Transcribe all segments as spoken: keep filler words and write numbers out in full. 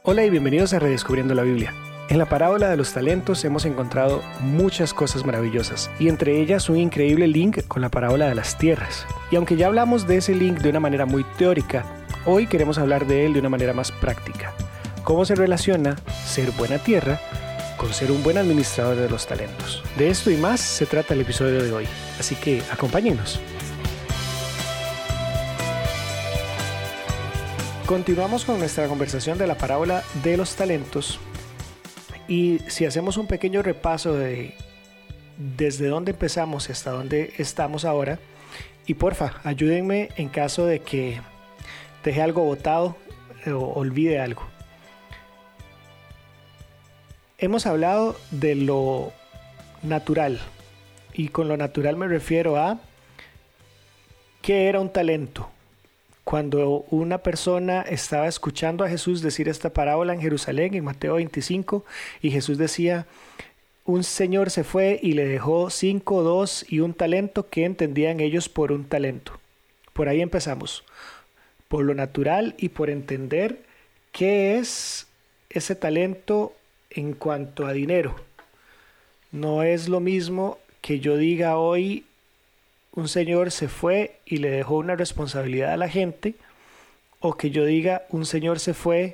Hola y bienvenidos a Redescubriendo la Biblia. En la parábola de los talentos hemos encontrado muchas cosas maravillosas y entre ellas un increíble link con la parábola de las tierras. Y aunque ya hablamos de ese link de una manera muy teórica, hoy queremos hablar de él de una manera más práctica. ¿Cómo se relaciona ser buena tierra con ser un buen administrador de los talentos? De esto y más se trata el episodio de hoy, así que acompáñennos. Continuamos con nuestra conversación de la parábola de los talentos y si hacemos un pequeño repaso de desde dónde empezamos y hasta dónde estamos ahora, y porfa, ayúdenme en caso de que deje algo botado o olvide algo. Hemos hablado de lo natural y con lo natural me refiero a ¿qué era un talento? Cuando una persona estaba escuchando a Jesús decir esta parábola en Jerusalén, en Mateo veinticinco, y Jesús decía, un señor se fue y le dejó cinco, dos y un talento, que entendían ellos por un talento. Por ahí empezamos, por lo natural y por entender qué es ese talento en cuanto a dinero. No es lo mismo que yo diga hoy, un señor se fue y le dejó una responsabilidad a la gente, o que yo diga un señor se fue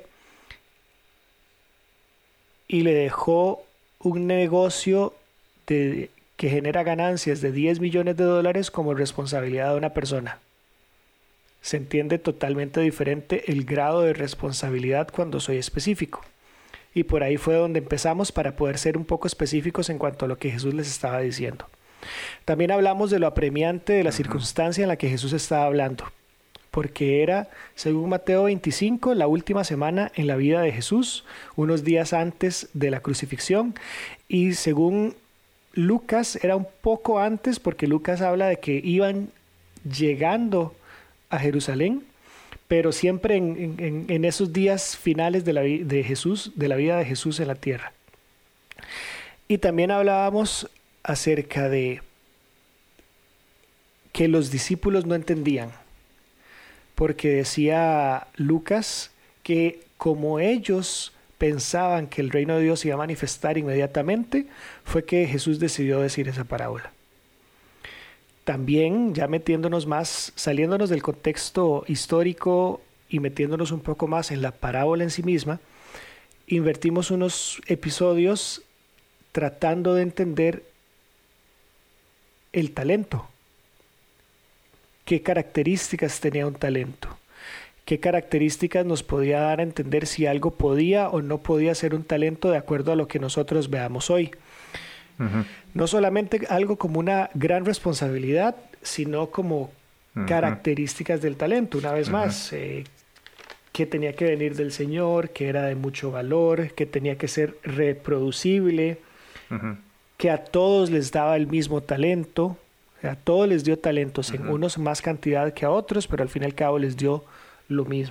y le dejó un negocio de, que genera ganancias de diez millones de dólares como responsabilidad de una persona. Se entiende totalmente diferente el grado de responsabilidad cuando soy específico. Y por ahí fue donde empezamos para poder ser un poco específicos en cuanto a lo que Jesús les estaba diciendo. También hablamos de lo apremiante de la circunstancia en la que Jesús estaba hablando, porque era, según Mateo veinticinco, la última semana en la vida de Jesús, unos días antes de la crucifixión, y según Lucas era un poco antes, porque Lucas habla de que iban llegando a Jerusalén, pero siempre en, en, en esos días finales de, la, de Jesús, de la vida de Jesús en la tierra. Y también hablábamos acerca de que los discípulos no entendían, porque decía Lucas que como ellos pensaban que el reino de Dios iba a manifestar inmediatamente, fue que Jesús decidió decir esa parábola. También, ya metiéndonos más, saliéndonos del contexto histórico y metiéndonos un poco más en la parábola en sí misma, invertimos unos episodios tratando de entender el talento. ¿Qué características tenía un talento? ¿Qué características nos podía dar a entender si algo podía o no podía ser un talento de acuerdo a lo que nosotros veamos hoy? Uh-huh. No solamente algo como una gran responsabilidad, sino como uh-huh. características del talento. Una vez uh-huh. más, eh, que tenía que venir del Señor, que era de mucho valor, que tenía que ser reproducible, uh-huh. que a todos les daba el mismo talento, a todos les dio talentos, uh-huh. en unos más cantidad que a otros, pero al fin y al cabo les dio lo mismo.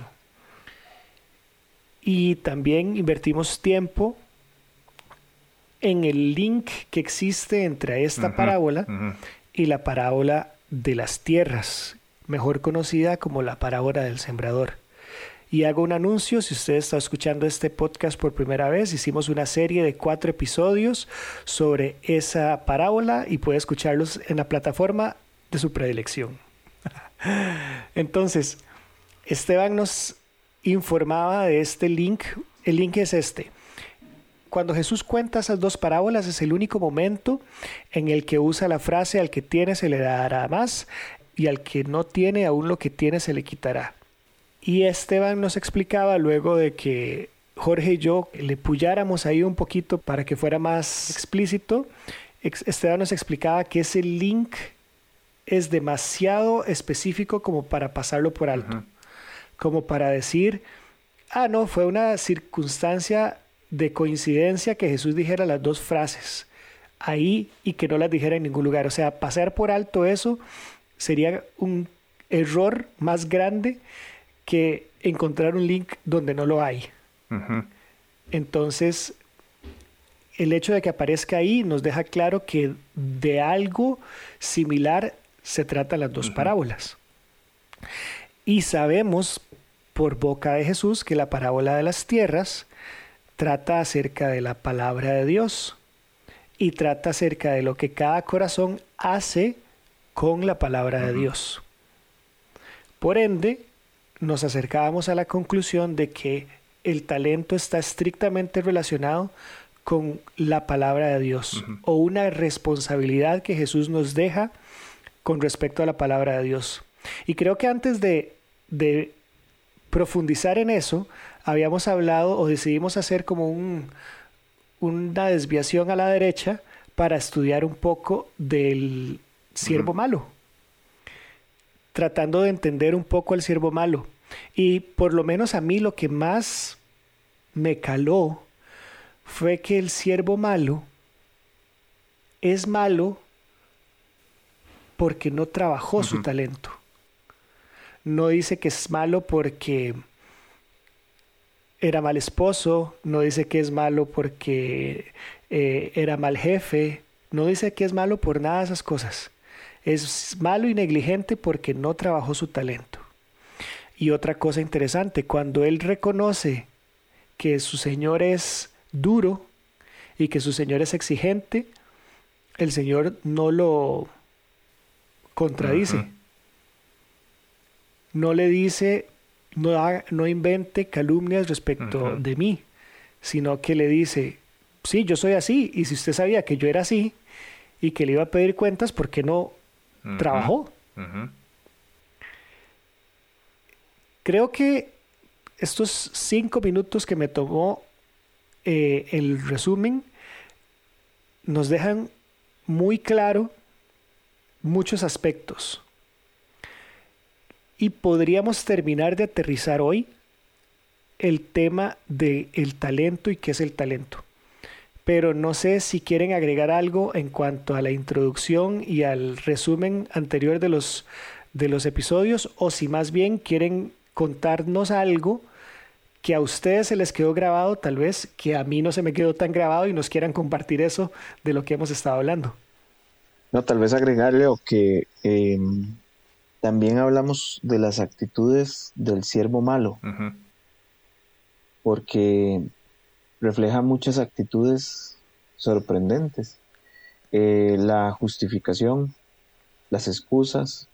Y también invertimos tiempo en el link que existe entre esta uh-huh. parábola uh-huh. y la parábola de las tierras, mejor conocida como la parábola del sembrador. Y hago un anuncio, si usted está escuchando este podcast por primera vez, hicimos una serie de cuatro episodios sobre esa parábola y puede escucharlos en la plataforma de su predilección. Entonces, Esteban nos informaba de este link. El link es este. Cuando Jesús cuenta esas dos parábolas es el único momento en el que usa la frase al que tiene se le dará más y al que no tiene aún lo que tiene se le quitará. Y Esteban nos explicaba luego de que Jorge y yo le puyáramos ahí un poquito para que fuera más explícito. Esteban nos explicaba que ese link es demasiado específico como para pasarlo por alto. Uh-huh. Como para decir, ah, no, fue una circunstancia de coincidencia que Jesús dijera las dos frases ahí y que no las dijera en ningún lugar. O sea, pasar por alto eso sería un error más grande que encontrar un link donde no lo hay. Uh-huh. Entonces, el hecho de que aparezca ahí nos deja claro que de algo similar se tratan las dos uh-huh. parábolas. Y sabemos por boca de Jesús que la parábola de las tierras trata acerca de la palabra de Dios y trata acerca de lo que cada corazón hace con la palabra de Dios. Por ende, nos acercábamos a la conclusión de que el talento está estrictamente relacionado con la palabra de Dios, uh-huh. o una responsabilidad que Jesús nos deja con respecto a la palabra de Dios. Y creo que antes de, de profundizar en eso, habíamos hablado o decidimos hacer como un, una desviación a la derecha para estudiar un poco del siervo uh-huh. malo, tratando de entender un poco al siervo malo. Y por lo menos a mí lo que más me caló fue que el siervo malo es malo porque no trabajó uh-huh. su talento. No dice que es malo porque era mal esposo, no dice que es malo porque eh, era mal jefe, no dice que es malo por nada de esas cosas. Es malo y negligente porque no trabajó su talento. Y otra cosa interesante, cuando él reconoce que su Señor es duro y que su Señor es exigente, el Señor no lo contradice. Uh-huh. No le dice, no, haga, no invente calumnias respecto uh-huh. de mí, sino que le dice, sí, yo soy así, y si usted sabía que yo era así y que le iba a pedir cuentas, ¿por qué no uh-huh. trabajó? Uh-huh. Creo que estos cinco minutos que me tomó eh, el resumen nos dejan muy claro muchos aspectos. Y podríamos terminar de aterrizar hoy el tema del talento y qué es el talento. Pero no sé si quieren agregar algo en cuanto a la introducción y al resumen anterior de los, de los episodios, o si más bien quieren contarnos algo que a ustedes se les quedó grabado, tal vez que a mí no se me quedó tan grabado, y nos quieran compartir eso de lo que hemos estado hablando. No, tal vez agregarle o que eh, también hablamos de las actitudes del siervo malo, uh-huh. porque refleja muchas actitudes sorprendentes. Eh, la justificación, las excusas,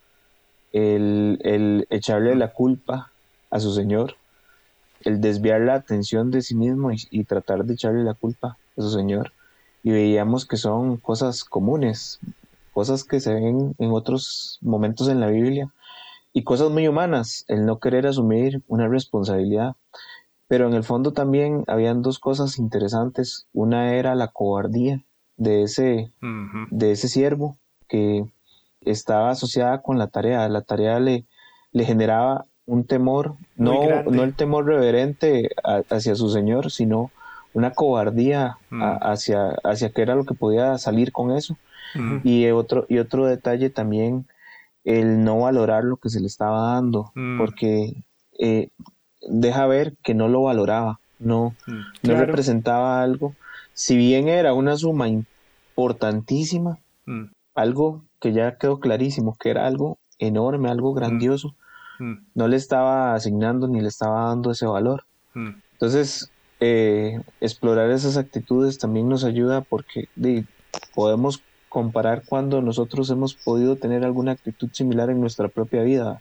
el, el echarle la culpa a su Señor, el desviar la atención de sí mismo y, y tratar de echarle la culpa a su Señor. Y veíamos que son cosas comunes, cosas que se ven en otros momentos en la Biblia, y cosas muy humanas, el no querer asumir una responsabilidad. Pero en el fondo también habían dos cosas interesantes. Una era la cobardía de ese, uh-huh. de ese siervo, que estaba asociada con la tarea. La tarea le, le generaba un temor, no, no el temor reverente a, hacia su Señor, sino una cobardía uh-huh. a, hacia, hacia qué era lo que podía salir con eso. Uh-huh. Y otro, y otro detalle también, el no valorar lo que se le estaba dando, uh-huh. porque eh, deja ver que no lo valoraba, no, uh-huh. no claro. representaba algo. Si bien era una suma importantísima, uh-huh. algo que ya quedó clarísimo, que era algo enorme, algo grandioso, uh-huh. no le estaba asignando ni le estaba dando ese valor. Uh-huh. Entonces, eh, explorar esas actitudes también nos ayuda, porque de, podemos comparar cuando nosotros hemos podido tener alguna actitud similar en nuestra propia vida.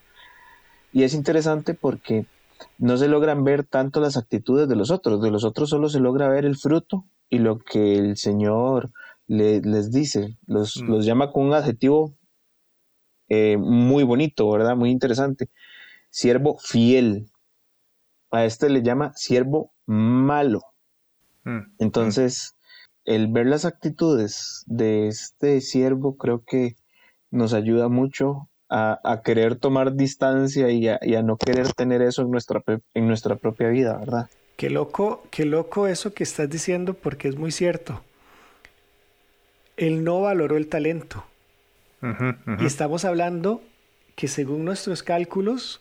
Y es interesante porque no se logran ver tanto las actitudes de los otros, de los otros solo se logra ver el fruto y lo que el Señor le, les dice, los, mm. los llama con un adjetivo eh, muy bonito, ¿verdad? Muy interesante. Siervo fiel. A este le llama siervo malo. Mm. Entonces, mm. el ver las actitudes de este siervo creo que nos ayuda mucho a, a querer tomar distancia y a, y a no querer tener eso en nuestra, en nuestra propia vida, ¿verdad? Qué loco, qué loco eso que estás diciendo, porque es muy cierto. Él no valoró el talento. Uh-huh, uh-huh. Y estamos hablando que según nuestros cálculos,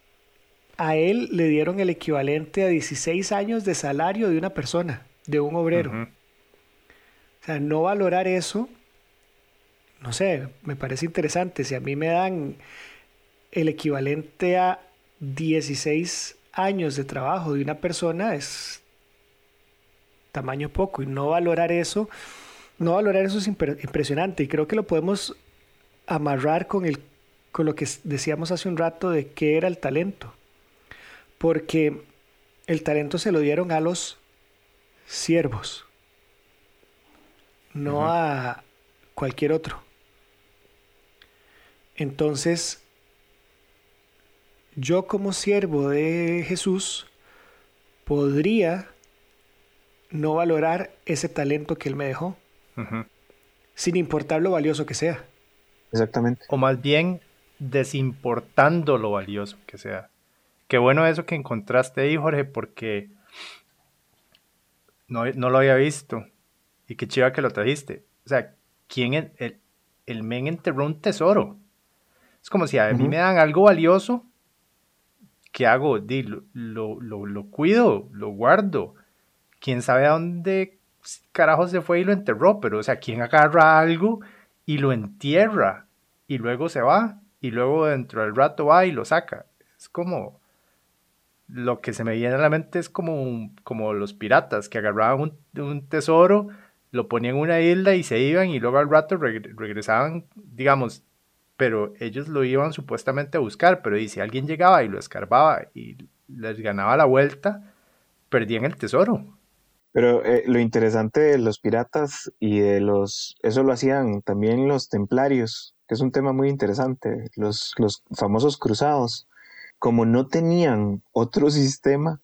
a él le dieron el equivalente a dieciséis años de salario de una persona, de un obrero. Uh-huh. O sea, no valorar eso, no sé, me parece interesante. Si a mí me dan el equivalente a dieciséis años de trabajo de una persona es tamaño poco, y no valorar eso, no valorar eso es impre- impresionante, y creo que lo podemos amarrar con el, con lo que s- decíamos hace un rato de qué era el talento, porque el talento se lo dieron a los siervos, no Ujú. a cualquier otro. Entonces, yo como siervo de Jesús podría no valorar ese talento que Él me dejó, Ujú. sin importar lo valioso que sea. Exactamente. O más bien, desimportando lo valioso que sea. Qué bueno eso que encontraste ahí, Jorge, porque no, no lo había visto. Y qué chiva que lo trajiste. O sea, ¿quién el, el, el men enterró un tesoro? Es como si a mí Ujú. me dan algo valioso, ¿qué hago? Di, lo, lo, lo, lo cuido, lo guardo. Quién sabe a dónde carajo se fue y lo enterró, pero o sea, ¿quién agarra algo y lo entierra y luego se va y luego dentro del rato va y lo saca? Es como, lo que se me viene a la mente es como, un- como los piratas que agarraban un, un tesoro, lo ponían en una isla y se iban y luego al rato regre- regresaban, digamos, pero ellos lo iban supuestamente a buscar, pero y si alguien llegaba y lo escarbaba y les ganaba la vuelta, perdían el tesoro. Pero eh, lo interesante de los piratas y de los, eso lo hacían también los templarios, que es un tema muy interesante, los, los famosos cruzados. Como no tenían otro sistema,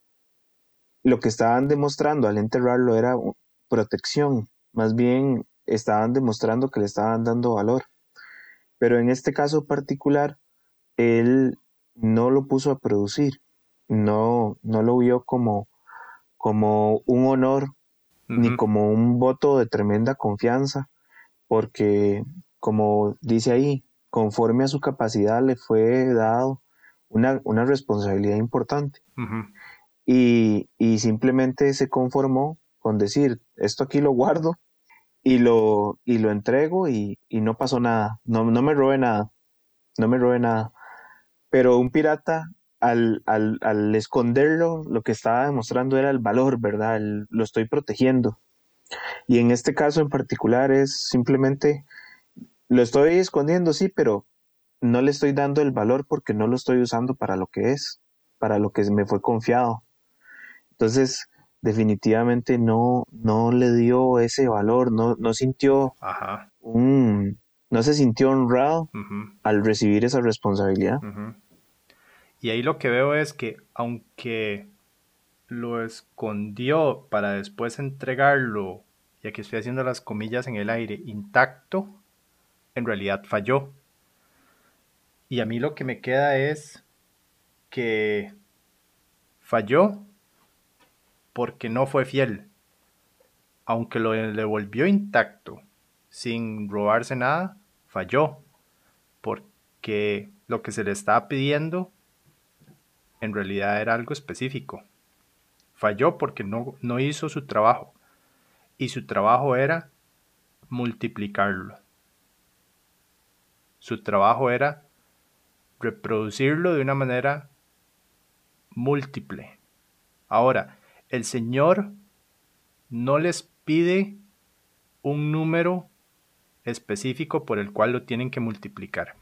lo que estaban demostrando al enterrarlo era u- protección, más bien estaban demostrando que le estaban dando valor. Pero en este caso particular, él no lo puso a producir, no, no lo vio como, como un honor ni Ujú, como un voto de tremenda confianza, porque como dice ahí, conforme a su capacidad le fue dado una, una responsabilidad importante. ujú. Y, y simplemente se conformó con decir, esto aquí lo guardo y lo, y lo entrego y, y no pasó nada, no, no me robe nada, no me robe nada. Pero un pirata, al, al, al esconderlo, lo que estaba demostrando era el valor, ¿verdad? El- lo estoy protegiendo. Y en este caso en particular es simplemente, lo estoy escondiendo, sí, pero no le estoy dando el valor porque no lo estoy usando para lo que es, para lo que me fue confiado. Entonces, definitivamente no, no le dio ese valor, no, no sintió Ajá. un, no se sintió honrado Ujú, al recibir esa responsabilidad. ujú. Y ahí lo que veo es que aunque lo escondió para después entregarlo, y aquí estoy haciendo las comillas en el aire, intacto, en realidad falló. Y a mí lo que me queda es que falló porque no fue fiel. Aunque lo devolvió intacto, sin robarse nada, falló. Porque lo que se le estaba pidiendo en realidad era algo específico. Falló porque no, no hizo su trabajo. Y su trabajo era multiplicarlo. Su trabajo era reproducirlo de una manera múltiple. Ahora, el Señor no les pide un número específico por el cual lo tienen que multiplicar.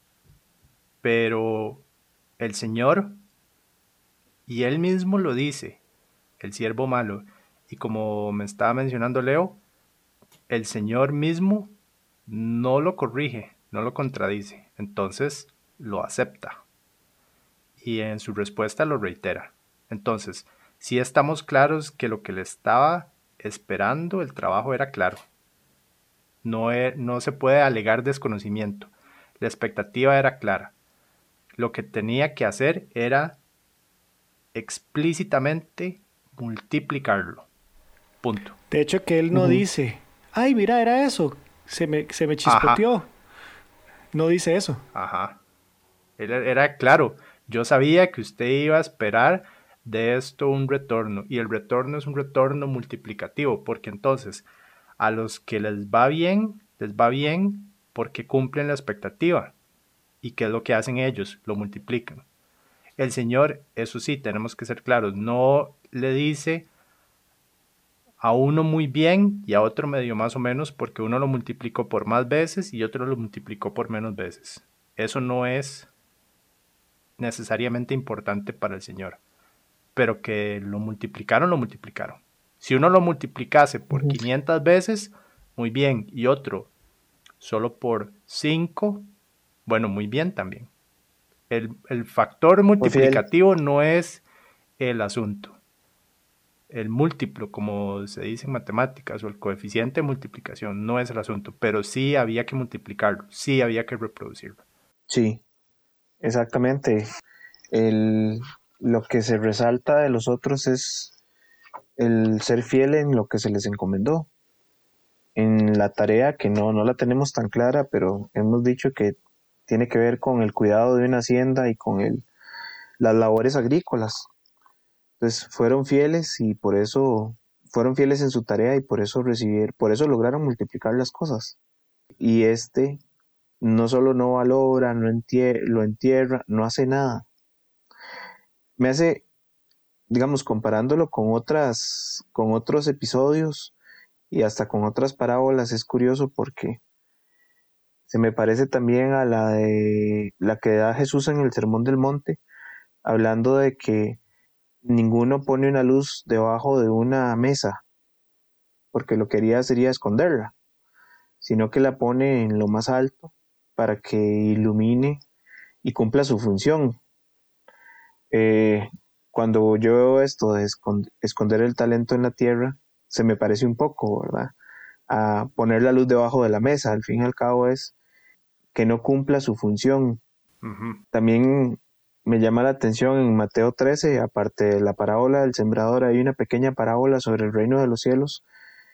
Pero el Señor, y Él mismo lo dice, el siervo malo, y como me estaba mencionando Leo, el Señor mismo no lo corrige, no lo contradice, entonces lo acepta y en su respuesta lo reitera. Entonces, si estamos claros que lo que le estaba esperando, el trabajo era claro, no, e- no se puede alegar desconocimiento, la expectativa era clara, lo que tenía que hacer era explícitamente multiplicarlo, punto. De hecho, que Él no Ujú. dice, ay, mira, era eso, se me, se me Ajá, chispoteó. No dice eso. ajá. Era, era claro, yo sabía que usted iba a esperar de esto un retorno y el retorno es un retorno multiplicativo porque entonces a los que les va bien, les va bien porque cumplen la expectativa. ¿Y qué es lo que hacen ellos? Lo multiplican. El Señor, eso sí, tenemos que ser claros, no le dice a uno muy bien y a otro medio más o menos, porque uno lo multiplicó por más veces y otro lo multiplicó por menos veces. Eso no es necesariamente importante para el Señor, pero que lo multiplicaron, lo multiplicaron. Si uno lo multiplicase por quinientas veces, muy bien, y otro solo por cinco, bueno, muy bien también. El, el factor multiplicativo no es el asunto. El múltiplo, como se dice en matemáticas, o el coeficiente de multiplicación, no es el asunto, pero sí había que multiplicarlo, sí había que reproducirlo. Sí, exactamente. El, lo que se resalta de los otros es el ser fiel en lo que se les encomendó. En la tarea que no, no la tenemos tan clara, pero hemos dicho que tiene que ver con el cuidado de una hacienda y con el, las labores agrícolas. Entonces fueron fieles y por eso fueron fieles en su tarea y por eso recibieron, por eso lograron multiplicar las cosas. Y este no solo no valora, no entier- lo entierra, no hace nada. Me hace, digamos, comparándolo con otras, con otros episodios y hasta con otras parábolas, es curioso porque se me parece también a la de la que da Jesús en el Sermón del Monte, hablando de que ninguno pone una luz debajo de una mesa, porque lo que haría sería esconderla, sino que la pone en lo más alto para que ilumine y cumpla su función. Eh, cuando yo veo esto de esconder el talento en la tierra, se me parece un poco, ¿verdad?, a poner la luz debajo de la mesa. Al fin y al cabo es que no cumpla su función. Uh-huh. También me llama la atención en Mateo trece, aparte de la parábola del sembrador, hay una pequeña parábola sobre el reino de los cielos,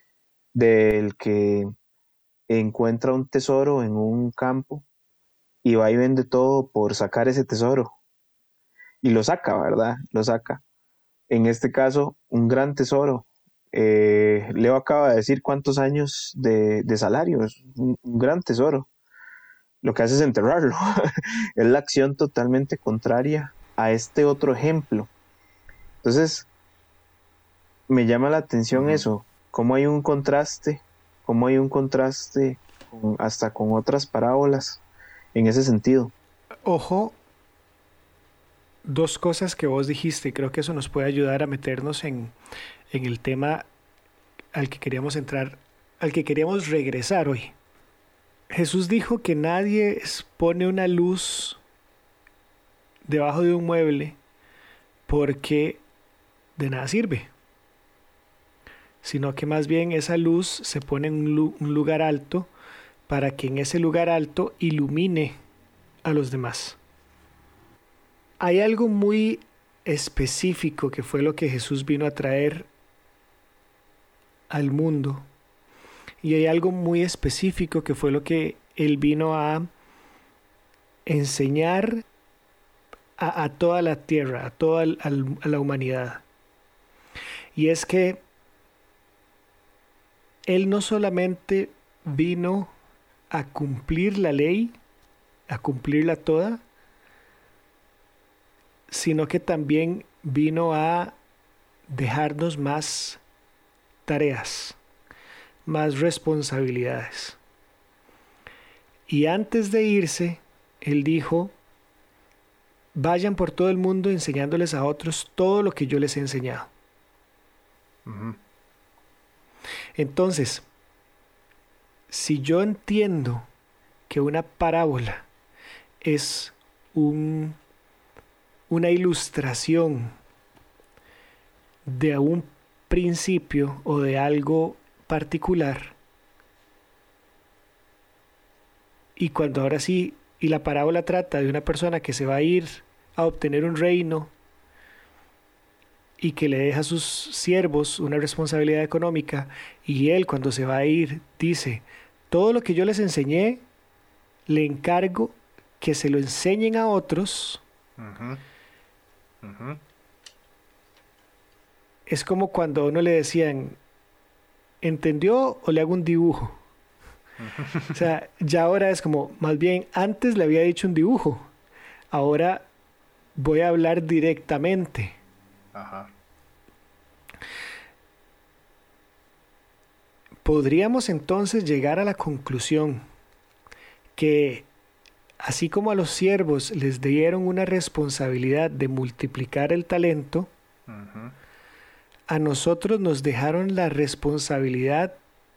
del que encuentra un tesoro en un campo y va y vende todo por sacar ese tesoro. Y lo saca, ¿verdad? Lo saca. En este caso, un gran tesoro. Eh, Leo acaba de decir cuántos años de, de salario, es un, un gran tesoro. Lo que hace es enterrarlo. Es la acción totalmente contraria a este otro ejemplo. Entonces, me llama la atención uh-huh. eso, cómo hay un contraste, cómo hay un contraste con, hasta con otras parábolas en ese sentido. Ojo, dos cosas que vos dijiste, creo que eso nos puede ayudar a meternos en, en el tema al que queríamos entrar, al que queríamos regresar hoy. Jesús dijo que nadie pone una luz debajo de un mueble porque de nada sirve, sino que más bien esa luz se pone en un lugar alto para que en ese lugar alto ilumine a los demás. Hay algo muy específico que fue lo que Jesús vino a traer al mundo. Y hay algo muy específico que fue lo que Él vino a enseñar a, a toda la tierra, a toda el, a la humanidad. Y es que Él no solamente vino a cumplir la ley, a cumplirla toda, sino que también vino a dejarnos más tareas, más responsabilidades. Y antes de irse, Él dijo, vayan por todo el mundo enseñándoles a otros todo lo que yo les he enseñado. Uh-huh. Entonces, si yo entiendo que una parábola es un, una ilustración de un principio o de algo particular, y cuando ahora sí, y la parábola trata de una persona que se va a ir a obtener un reino y que le deja a sus siervos una responsabilidad económica, y él cuando se va a ir dice, todo lo que yo les enseñé le encargo que se lo enseñen a otros. Uh-huh. Uh-huh. Es como cuando a uno le decían, ¿entendió o le hago un dibujo? O sea, ya ahora es como, más bien, antes le había dicho un dibujo, ahora voy a hablar directamente. Ajá. Podríamos entonces llegar a la conclusión que así como a los siervos les dieron una responsabilidad de multiplicar el talento, uh-huh. a nosotros nos dejaron la responsabilidad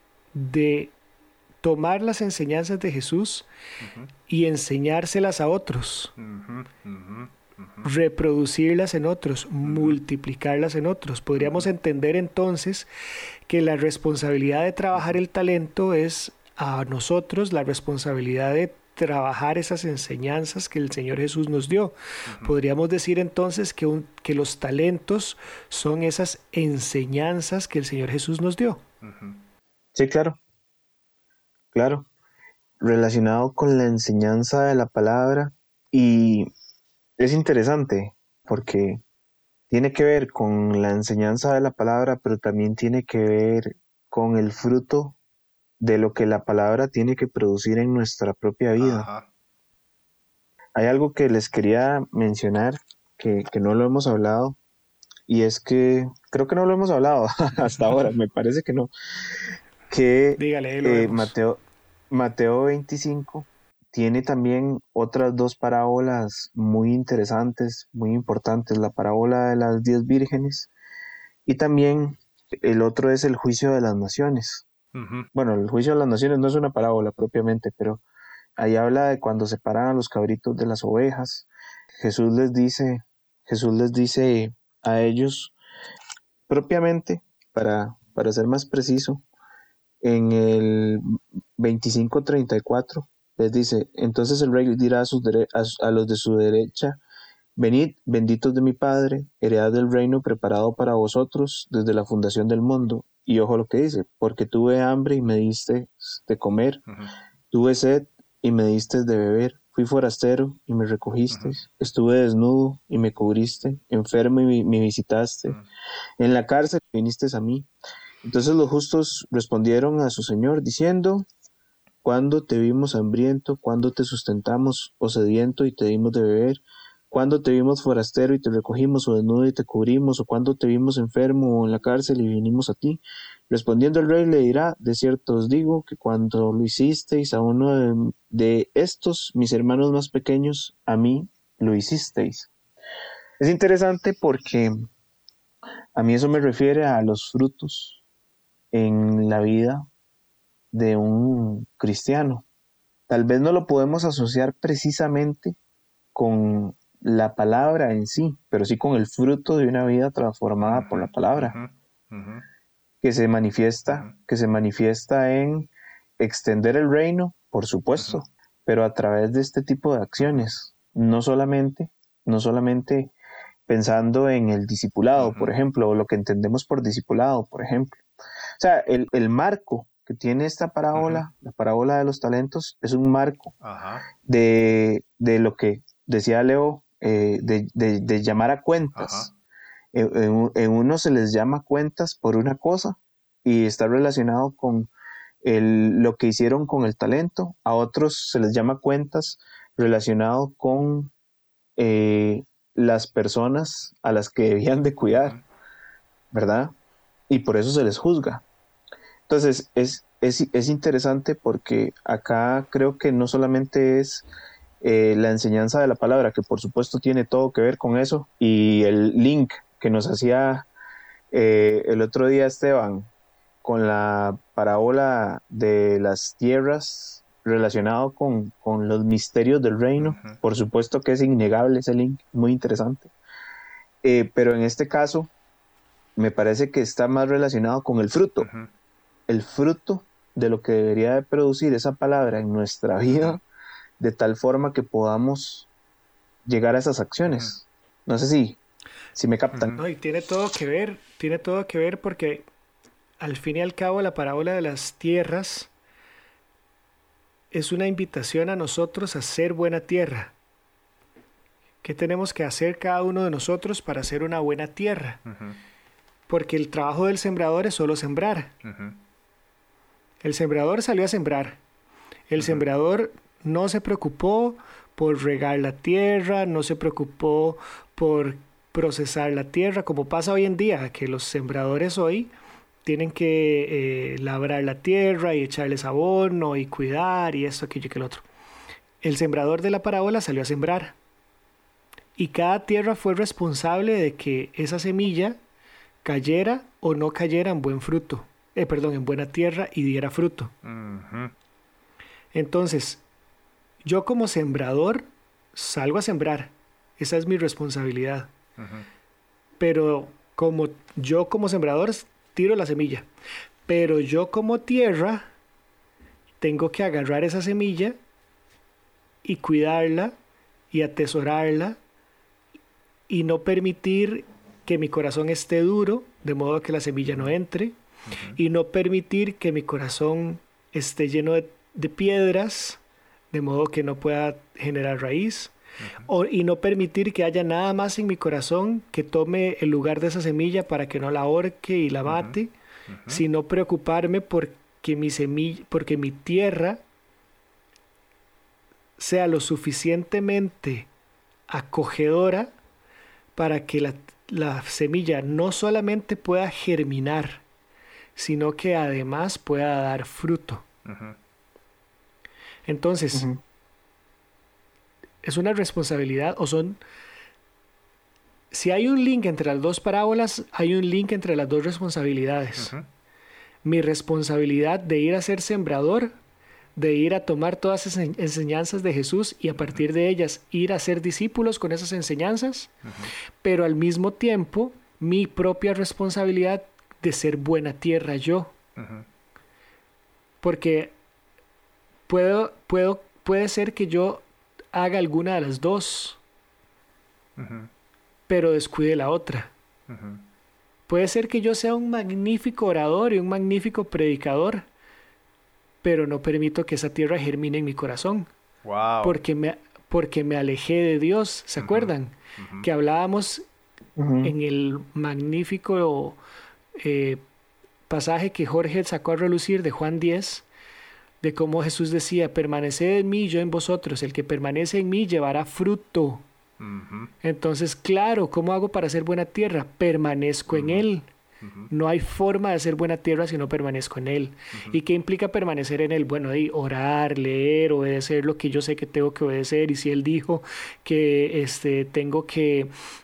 de tomar las enseñanzas de Jesús uh-huh. y enseñárselas a otros, uh-huh. Uh-huh. Uh-huh. reproducirlas en otros, uh-huh. multiplicarlas en otros. Podríamos uh-huh. entender entonces que la responsabilidad de trabajar el talento es a nosotros la responsabilidad de trabajar esas enseñanzas que el Señor Jesús nos dio. Uh-huh. Podríamos decir entonces que, un, que los talentos son esas enseñanzas que el Señor Jesús nos dio. Uh-huh. Sí, claro. Claro. Relacionado con la enseñanza de la palabra, y es interesante porque tiene que ver con la enseñanza de la palabra, pero también tiene que ver con el fruto de lo que la palabra tiene que producir en nuestra propia vida. Ajá. Hay algo que les quería mencionar que, que no lo hemos hablado, y es que creo que no lo hemos hablado hasta ahora, me parece que no, que Dígale, eh, Mateo, Mateo veinticinco tiene también otras dos parábolas muy interesantes, muy importantes, la parábola de las diez vírgenes y también el otro es el juicio de las naciones. Uh-huh. Bueno, el juicio de las naciones no es una parábola propiamente, pero ahí habla de cuando separan a los cabritos de las ovejas. Jesús les dice, Jesús les dice a ellos propiamente, para, para ser más preciso, en el veinticinco treinta y cuatro les dice: entonces el rey dirá a, sus dere- a, a los de su derecha: venid, benditos de mi Padre, heredad del reino preparado para vosotros desde la fundación del mundo. Y ojo lo que dice: porque tuve hambre y me diste de comer, uh-huh. tuve sed y me diste de beber, fui forastero y me recogiste, uh-huh. estuve desnudo y me cubriste, enfermo y me visitaste, uh-huh. en la cárcel viniste a mí. Entonces los justos respondieron a su señor diciendo: ¿cuándo te vimos hambriento? ¿Cuándo te sustentamos o sediento y te dimos de beber? ¿Cuándo te vimos forastero y te recogimos, o desnudo y te cubrimos? ¿O cuándo te vimos enfermo o en la cárcel y vinimos a ti? Respondiendo el rey le dirá: de cierto os digo que cuando lo hicisteis a uno de, de estos mis hermanos más pequeños, a mí lo hicisteis. Es interesante porque a mí eso me refiere a los frutos en la vida de un cristiano. Tal vez no lo podemos asociar precisamente con la palabra en sí, pero sí con el fruto de una vida transformada uh-huh, por la palabra, uh-huh, uh-huh. que se manifiesta, uh-huh. que se manifiesta en extender el reino, por supuesto, uh-huh. pero a través de este tipo de acciones, no solamente, no solamente pensando en el discipulado, uh-huh. por ejemplo, o lo que entendemos por discipulado, por ejemplo. O sea, el, el marco que tiene esta parábola, uh-huh. la parábola de los talentos, es un marco uh-huh. de, de lo que decía Leo, eh, de, de, de llamar a cuentas. Uh-huh. En, en, en uno se les llama cuentas por una cosa y está relacionado con el, lo que hicieron con el talento. A otros se les llama cuentas relacionado con eh, las personas a las que debían de cuidar, uh-huh. ¿verdad? Y por eso se les juzga. Entonces es, es, es interesante porque acá creo que no solamente es eh, la enseñanza de la palabra, que por supuesto tiene todo que ver con eso, y el link que nos hacía eh, el otro día Esteban con la parábola de las tierras relacionado con, con los misterios del reino, uh-huh. por supuesto que es innegable ese link, muy interesante, eh, pero en este caso me parece que está más relacionado con el fruto, uh-huh. el fruto de lo que debería de producir esa palabra en nuestra vida, uh-huh. de tal forma que podamos llegar a esas acciones. Uh-huh. No sé si, si me captan. No, y tiene todo que ver, tiene todo que ver porque al fin y al cabo la parábola de las tierras es una invitación a nosotros a ser buena tierra. ¿Qué tenemos que hacer cada uno de nosotros para ser una buena tierra? Uh-huh. Porque el trabajo del sembrador es solo sembrar. Uh-huh. El sembrador salió a sembrar. El uh-huh. sembrador no se preocupó por regar la tierra, no se preocupó por procesar la tierra, como pasa hoy en día, que los sembradores hoy tienen que eh, labrar la tierra y echarles abono y cuidar y esto, aquello y que el otro. El sembrador de la parábola salió a sembrar y cada tierra fue responsable de que esa semilla cayera o no cayera en buen fruto, eh, perdón, en buena tierra y diera fruto. Ujú. Entonces, yo como sembrador salgo a sembrar, esa es mi responsabilidad. Ujú. Pero como yo como sembrador tiro la semilla, pero yo como tierra tengo que agarrar esa semilla y cuidarla y atesorarla y no permitir que mi corazón esté duro, de modo que la semilla no entre, Ujú. y no permitir que mi corazón esté lleno de, de piedras, de modo que no pueda generar raíz. O, y no permitir que haya nada más en mi corazón que tome el lugar de esa semilla para que no la ahorque y la mate, Ujú. sino preocuparme porque mi semilla, porque mi tierra sea lo suficientemente acogedora para que la, la semilla no solamente pueda germinar, sino que además pueda dar fruto. Ujú. Entonces, Ujú. es una responsabilidad o son... Si hay un link entre las dos parábolas, hay un link entre las dos responsabilidades. Ujú. Mi responsabilidad de ir a ser sembrador, de ir a tomar todas esas enseñanzas de Jesús y a partir de ellas ir a ser discípulos con esas enseñanzas, Ujú. pero al mismo tiempo mi propia responsabilidad de ser buena tierra yo. Ujú. Porque puedo, puedo, puede ser que yo haga alguna de las dos, Ujú. pero descuide la otra. Ujú. Puede ser que yo sea un magnífico orador y un magnífico predicador, pero no permito que esa tierra germine en mi corazón, Wow. porque me, porque me alejé de Dios. ¿Se Ujú. acuerdan? Ujú. Que hablábamos Ujú. en el magnífico eh, pasaje que Jorge sacó a relucir de Juan diez, de cómo Jesús decía, permaneced en mí, yo en vosotros, el que permanece en mí llevará fruto. Ujú. Entonces, claro, ¿cómo hago para ser buena tierra? Permanezco en Ujú. Él. Ujú. No hay forma de ser buena tierra si no permanezco en Él. Ujú. ¿Y qué implica permanecer en Él? Bueno, de orar, leer, obedecer lo que yo sé que tengo que obedecer. Y si Él dijo que este, tengo que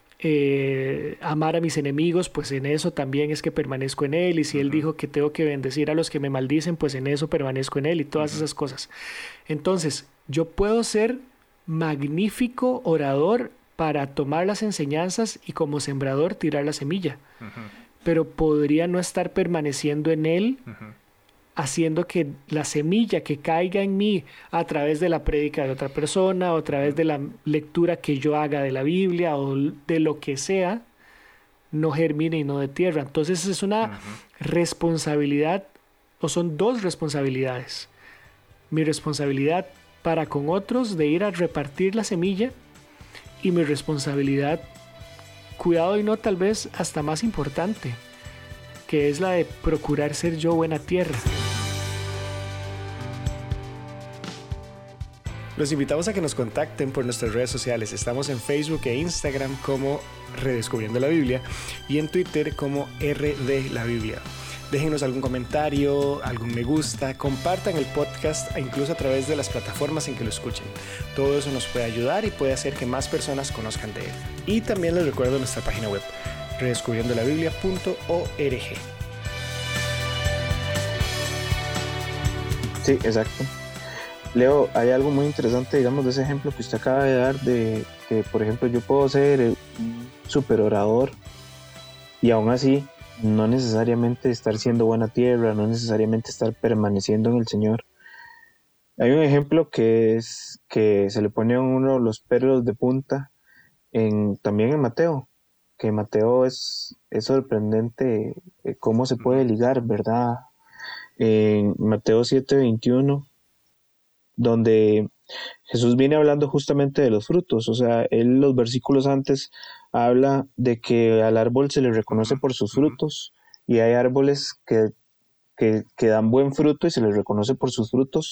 eh, amar a mis enemigos, pues en eso también es que permanezco en Él. Y si Él Ujú. dijo que tengo que bendecir a los que me maldicen, pues en eso permanezco en Él y todas Ujú. esas cosas. Entonces, yo puedo ser magnífico orador para tomar las enseñanzas y como sembrador tirar la semilla, Ujú. pero podría no estar permaneciendo en Él, Ujú. haciendo que la semilla que caiga en mí a través de la prédica de otra persona o a través de la lectura que yo haga de la Biblia o de lo que sea, no germine y no de tierra. Entonces es una Ujú. responsabilidad, o son dos responsabilidades. Mi responsabilidad para con otros de ir a repartir la semilla y mi responsabilidad, cuidado y no tal vez hasta más importante, que es la de procurar ser yo buena tierra. Los invitamos a que nos contacten por nuestras redes sociales. Estamos en Facebook e Instagram como Redescubriendo la Biblia y en Twitter como R D La Biblia. Déjenos algún comentario, algún me gusta, compartan el podcast incluso a través de las plataformas en que lo escuchen. Todo eso nos puede ayudar y puede hacer que más personas conozcan de él. Y también les recuerdo nuestra página web, redescubriendo la biblia punto org. Sí, exacto. Leo, hay algo muy interesante, digamos, de ese ejemplo que usted acaba de dar, de que, por ejemplo, yo puedo ser un super orador y aún así no necesariamente estar siendo buena tierra, no necesariamente estar permaneciendo en el Señor. Hay un ejemplo que es que se le pone a uno los pelos de punta en, también en Mateo, que Mateo es, es sorprendente eh, cómo se puede ligar, ¿verdad? En Mateo siete veintiuno, donde Jesús viene hablando justamente de los frutos, o sea, él los versículos antes habla de que al árbol se le reconoce por sus frutos y hay árboles que, que, que dan buen fruto y se les reconoce por sus frutos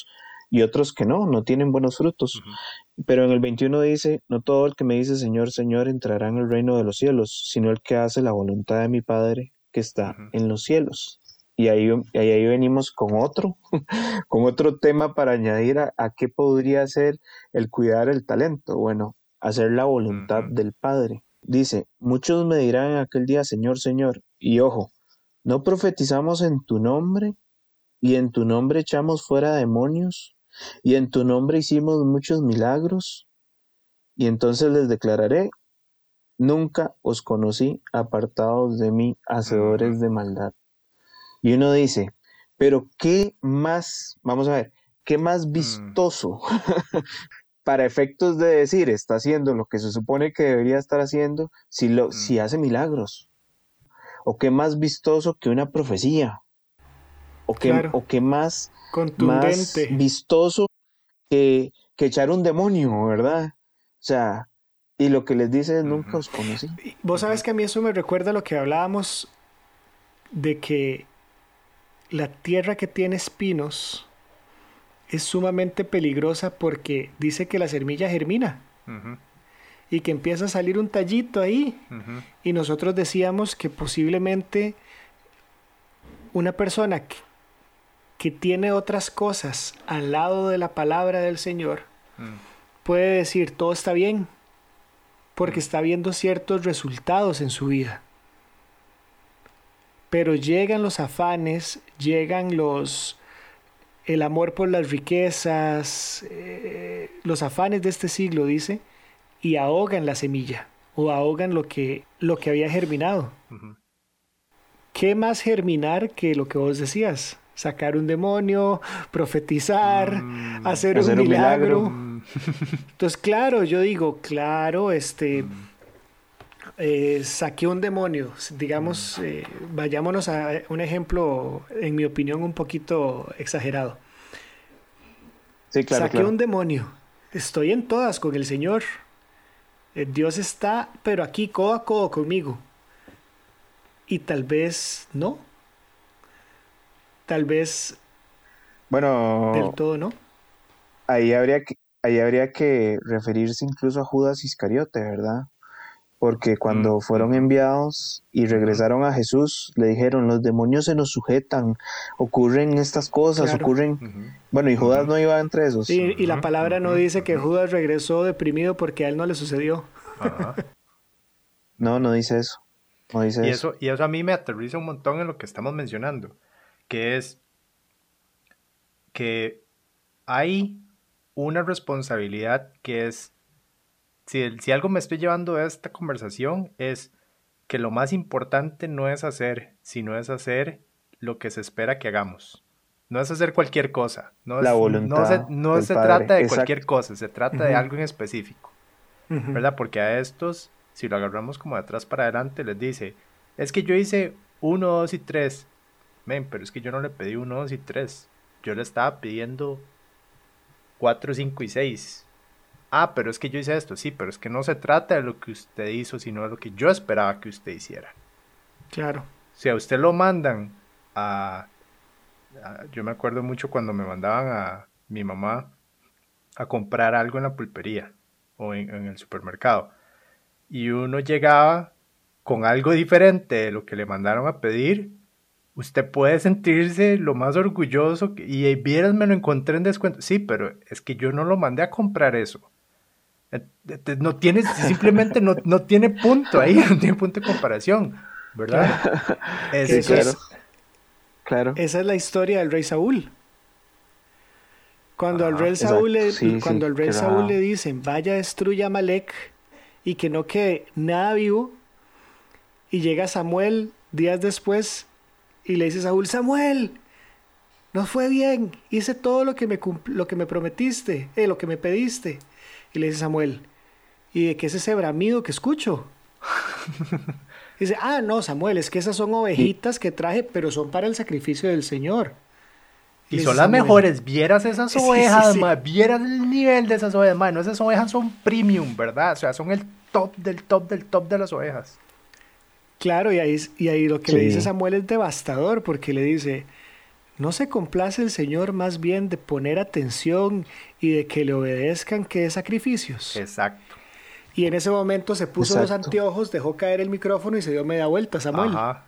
y otros que no, no tienen buenos frutos. Uh-huh. Pero en el veintiuno dice, no todo el que me dice Señor, Señor entrará en el reino de los cielos, sino el que hace la voluntad de mi Padre que está uh-huh. en los cielos. Y ahí, ahí, ahí venimos con otro, con otro tema para añadir a, a qué podría ser el cuidar el talento. Bueno, hacer la voluntad uh-huh. del Padre. Dice, muchos me dirán en aquel día, Señor, Señor, y ojo, ¿no profetizamos en tu nombre? Y en tu nombre echamos fuera demonios, y en tu nombre hicimos muchos milagros. Y entonces les declararé, nunca os conocí, apartados de mí, hacedores de maldad. Y uno dice, pero ¿qué más, vamos a ver, qué más vistoso para efectos de decir, está haciendo lo que se supone que debería estar haciendo, si, lo, si hace milagros? ¿O qué más vistoso que una profecía? ¿O qué, claro. o qué más, más vistoso que, que echar un demonio, verdad? O sea, y lo que les dice es, nunca os conocí. Vos sabes que a mí eso me recuerda a lo que hablábamos de que la tierra que tiene espinos es sumamente peligrosa porque dice que la semilla germina uh-huh. y que empieza a salir un tallito ahí. Uh-huh. Y nosotros decíamos que posiblemente una persona que, que tiene otras cosas al lado de la palabra del Señor uh-huh. puede decir todo está bien porque uh-huh. está viendo ciertos resultados en su vida. Pero llegan los afanes, llegan los el amor por las riquezas, eh, los afanes de este siglo, dice, y ahogan la semilla, o ahogan lo que, lo que había germinado. Uh-huh. ¿Qué más germinar que lo que vos decías? Sacar un demonio, profetizar, mm, hacer, hacer un milagro. Un milagro. Entonces, claro, yo digo, claro, este... Mm. Eh, saqué un demonio, digamos, eh, vayámonos a un ejemplo, en mi opinión, un poquito exagerado. Sí, claro, saqué claro. un demonio, estoy en todas con el Señor, eh, Dios está, pero aquí codo a codo conmigo, y tal vez no, tal vez bueno, del todo no. Ahí habría que, ahí habría que referirse incluso a Judas Iscariote, ¿verdad? Porque cuando fueron enviados y regresaron a Jesús, le dijeron, los demonios se nos sujetan, ocurren estas cosas, claro. ocurren... Uh-huh. Bueno, y Judas uh-huh. no iba entre esos. Y, y la palabra uh-huh. no dice que Judas regresó deprimido porque a él no le sucedió. Uh-huh. No, no dice eso. No dice y eso. eso. Y eso a mí me aterriza un montón en lo que estamos mencionando, que es que hay una responsabilidad que es... Si, si algo me estoy llevando de esta conversación es que lo más importante no es hacer, sino es hacer lo que se espera que hagamos. No es hacer cualquier cosa. No es, la voluntad no se, no se trata de Exacto. cualquier cosa, se trata uh-huh. de algo en específico. Uh-huh. ¿Verdad? Porque a estos, si lo agarramos como de atrás para adelante, les dice, es que yo hice uno, dos y tres. Men, pero es que yo no le pedí uno, dos y tres. Yo le estaba pidiendo cuatro, cinco y seis. Ah, pero es que yo hice esto, sí, pero es que no se trata de lo que usted hizo, sino de lo que yo esperaba que usted hiciera. Claro. Si a usted lo mandan a, a... Yo me acuerdo mucho cuando me mandaban a mi mamá a comprar algo en la pulpería o en, en el supermercado. Y uno llegaba con algo diferente de lo que le mandaron a pedir. Usted puede sentirse lo más orgulloso. Que, y vieras, me lo encontré en descuento. Sí, pero es que yo no lo mandé a comprar eso. No tiene, simplemente no, no tiene punto ahí, no tiene punto de comparación, ¿verdad? Claro. Sí, Eso claro. Es, claro. Esa es la historia del rey Saúl. Cuando Ajá, al rey Saúl, le, sí, cuando sí, al rey claro. Saúl le dicen, vaya, destruya a Amalek y que no quede nada vivo, y llega Samuel días después y le dice a Saúl, Samuel, nos fue bien, hice todo lo que me, lo que me prometiste, eh, lo que me pediste. Y le dice Samuel, ¿y de qué es ese bramido que escucho? Dice, ah, no, Samuel, es que esas son ovejitas que traje, pero son para el sacrificio del Señor. Y, y son las Samuel, mejores, vieras esas ovejas, sí, sí, sí. Ma, vieras el nivel de esas ovejas, ma, no, esas ovejas son premium, ¿verdad? O sea, son el top del top del top de las ovejas. Claro, y ahí, y ahí lo que sí. le dice Samuel es devastador, porque le dice, ¿No se complace el Señor más bien de poner atención y de que le obedezcan que de sacrificios? Exacto. Y en ese momento se puso los Exacto. anteojos, dejó caer el micrófono y se dio media vuelta, Samuel. Ajá.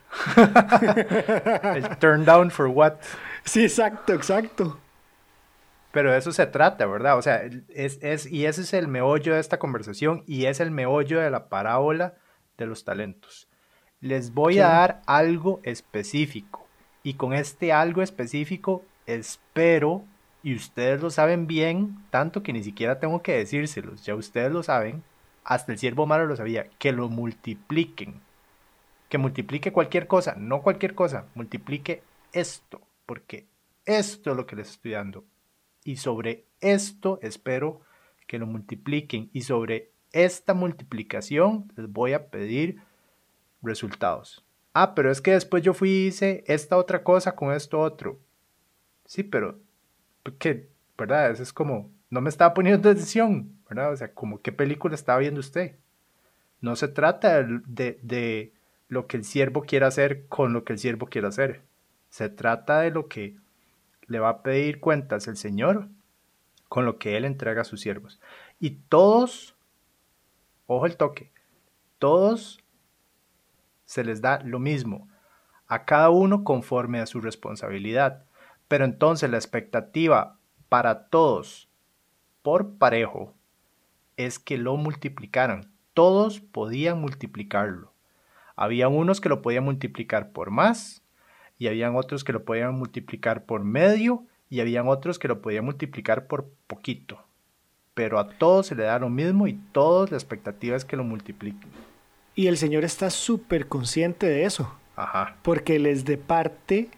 El turn down for what? Sí, exacto, exacto. Pero de eso se trata, ¿verdad? O sea, es, es, y ese es el meollo de esta conversación y es el meollo de la parábola de los talentos. Les voy Sí. a dar algo específico y con este algo específico espero, y ustedes lo saben bien, tanto que ni siquiera tengo que decírselos, ya ustedes lo saben, hasta el siervo malo lo sabía, que lo multipliquen, que multiplique cualquier cosa, no cualquier cosa, multiplique esto, porque esto es lo que les estoy dando. Y sobre esto espero que lo multipliquen. Y sobre esta multiplicación les voy a pedir resultados. Ah, pero es que después yo fui y hice esta otra cosa con esto otro. Sí, pero que, ¿verdad? Eso es como, no me estaba poniendo atención, ¿verdad? O sea, como qué película estaba viendo usted. No se trata de, de, de lo que el siervo quiera hacer con lo que el siervo quiera hacer. Se trata de lo que le va a pedir cuentas el Señor con lo que Él entrega a sus siervos. Y todos, ojo el toque, todos se les da lo mismo, a cada uno conforme a su responsabilidad. Pero entonces la expectativa para todos por parejo es que lo multiplicaran. Todos podían multiplicarlo. Había unos que lo podían multiplicar por más, y habían otros que lo podían multiplicar por medio, y habían otros que lo podían multiplicar por poquito. Pero a todos se le da lo mismo y todos la expectativa es que lo multipliquen. Y el Señor está súper consciente de eso, Ajá. porque les departe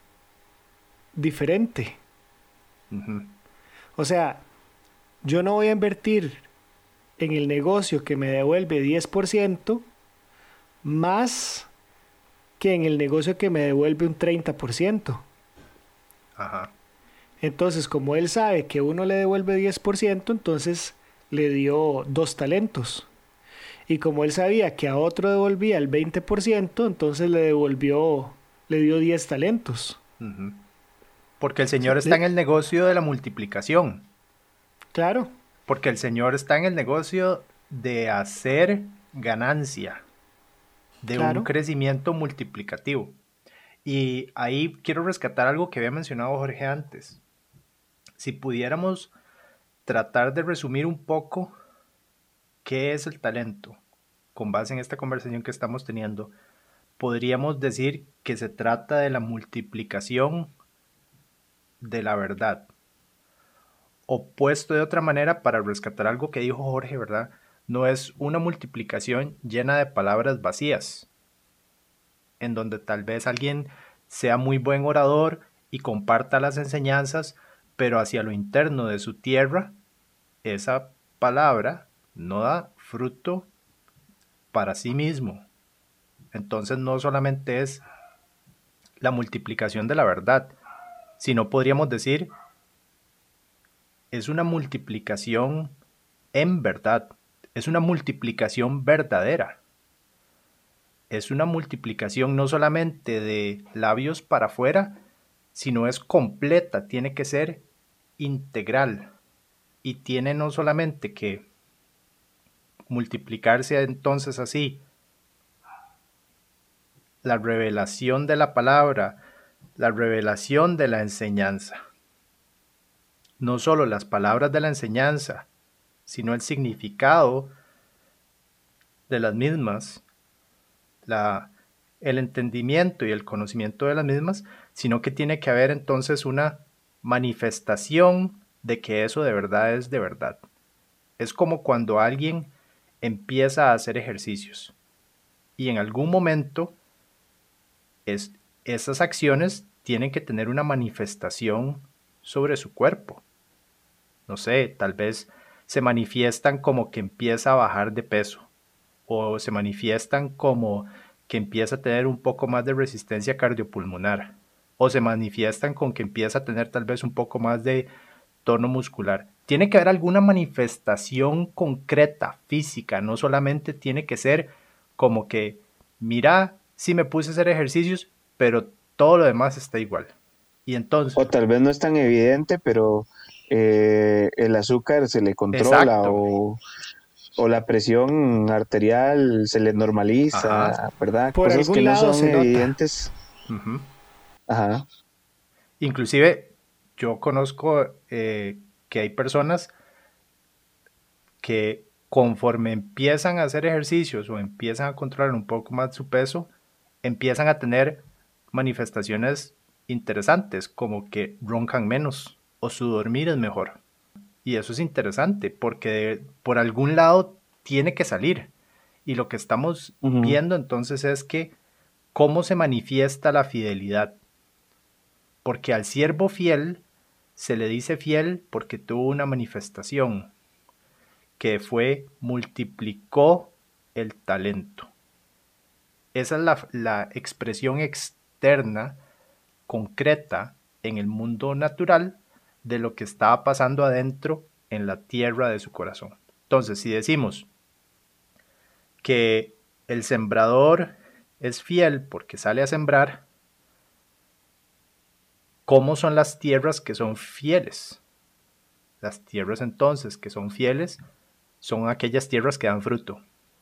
diferente. Uh-huh. O sea, yo no voy a invertir en el negocio que me devuelve diez por ciento más que en el negocio que me devuelve un treinta por ciento. Ajá. Entonces, como él sabe que uno le devuelve diez por ciento, entonces le dio dos talentos. Y como él sabía que a otro devolvía el veinte por ciento, entonces le devolvió, le dio diez talentos. Uh-huh. Porque el Señor está en el negocio de la multiplicación. Claro. Porque el Señor está en el negocio de hacer ganancia, de Claro. un crecimiento multiplicativo. Y ahí quiero rescatar algo que había mencionado Jorge antes. Si pudiéramos tratar de resumir un poco qué es el talento, con base en esta conversación que estamos teniendo, podríamos decir que se trata de la multiplicación de la verdad. O puesto de otra manera, para rescatar algo que dijo Jorge, ¿verdad? No es una multiplicación llena de palabras vacías, en donde tal vez alguien sea muy buen orador y comparta las enseñanzas, pero hacia lo interno de su tierra, esa palabra no da fruto para sí mismo. Entonces no solamente es la multiplicación de la verdad, sino podríamos decir, es una multiplicación en verdad, es una multiplicación verdadera. Es una multiplicación no solamente de labios para afuera, sino es completa, tiene que ser integral y tiene no solamente que multiplicarse entonces así la revelación de la palabra, la revelación de la enseñanza. No solo las palabras de la enseñanza, sino el significado de las mismas, la, el entendimiento y el conocimiento de las mismas, sino que tiene que haber entonces una manifestación de que eso de verdad es de verdad. Es como cuando alguien empieza a hacer ejercicios y en algún momento es, esas acciones tienen que tener una manifestación sobre su cuerpo. No sé, tal vez se manifiestan como que empieza a bajar de peso o se manifiestan como que empieza a tener un poco más de resistencia cardiopulmonar o se manifiestan con que empieza a tener tal vez un poco más de tono muscular. Tiene que haber alguna manifestación concreta, física, no solamente tiene que ser como que, mira, sí me puse a hacer ejercicios, pero todo lo demás está igual. Y entonces... O tal vez no es tan evidente, pero eh, el azúcar se le controla o, o la presión arterial se le normaliza, Ajá. ¿verdad? Por Cosas que algún no lado son se nota. evidentes. Uh-huh. Ajá. Inclusive yo conozco eh, que hay personas que conforme empiezan a hacer ejercicios o empiezan a controlar un poco más su peso, empiezan a tener manifestaciones interesantes, como que roncan menos o su dormir es mejor. Y eso es interesante porque por algún lado tiene que salir. Y lo que estamos Uh-huh. viendo entonces es que cómo se manifiesta la fidelidad. Porque al siervo fiel se le dice fiel porque tuvo una manifestación que fue, multiplicó el talento. Esa es la, la expresión externa, concreta, en el mundo natural de lo que estaba pasando adentro en la tierra de su corazón. Entonces, si decimos que el sembrador es fiel porque sale a sembrar, ¿cómo son las tierras que son fieles? Las tierras entonces que son fieles son aquellas tierras que dan fruto.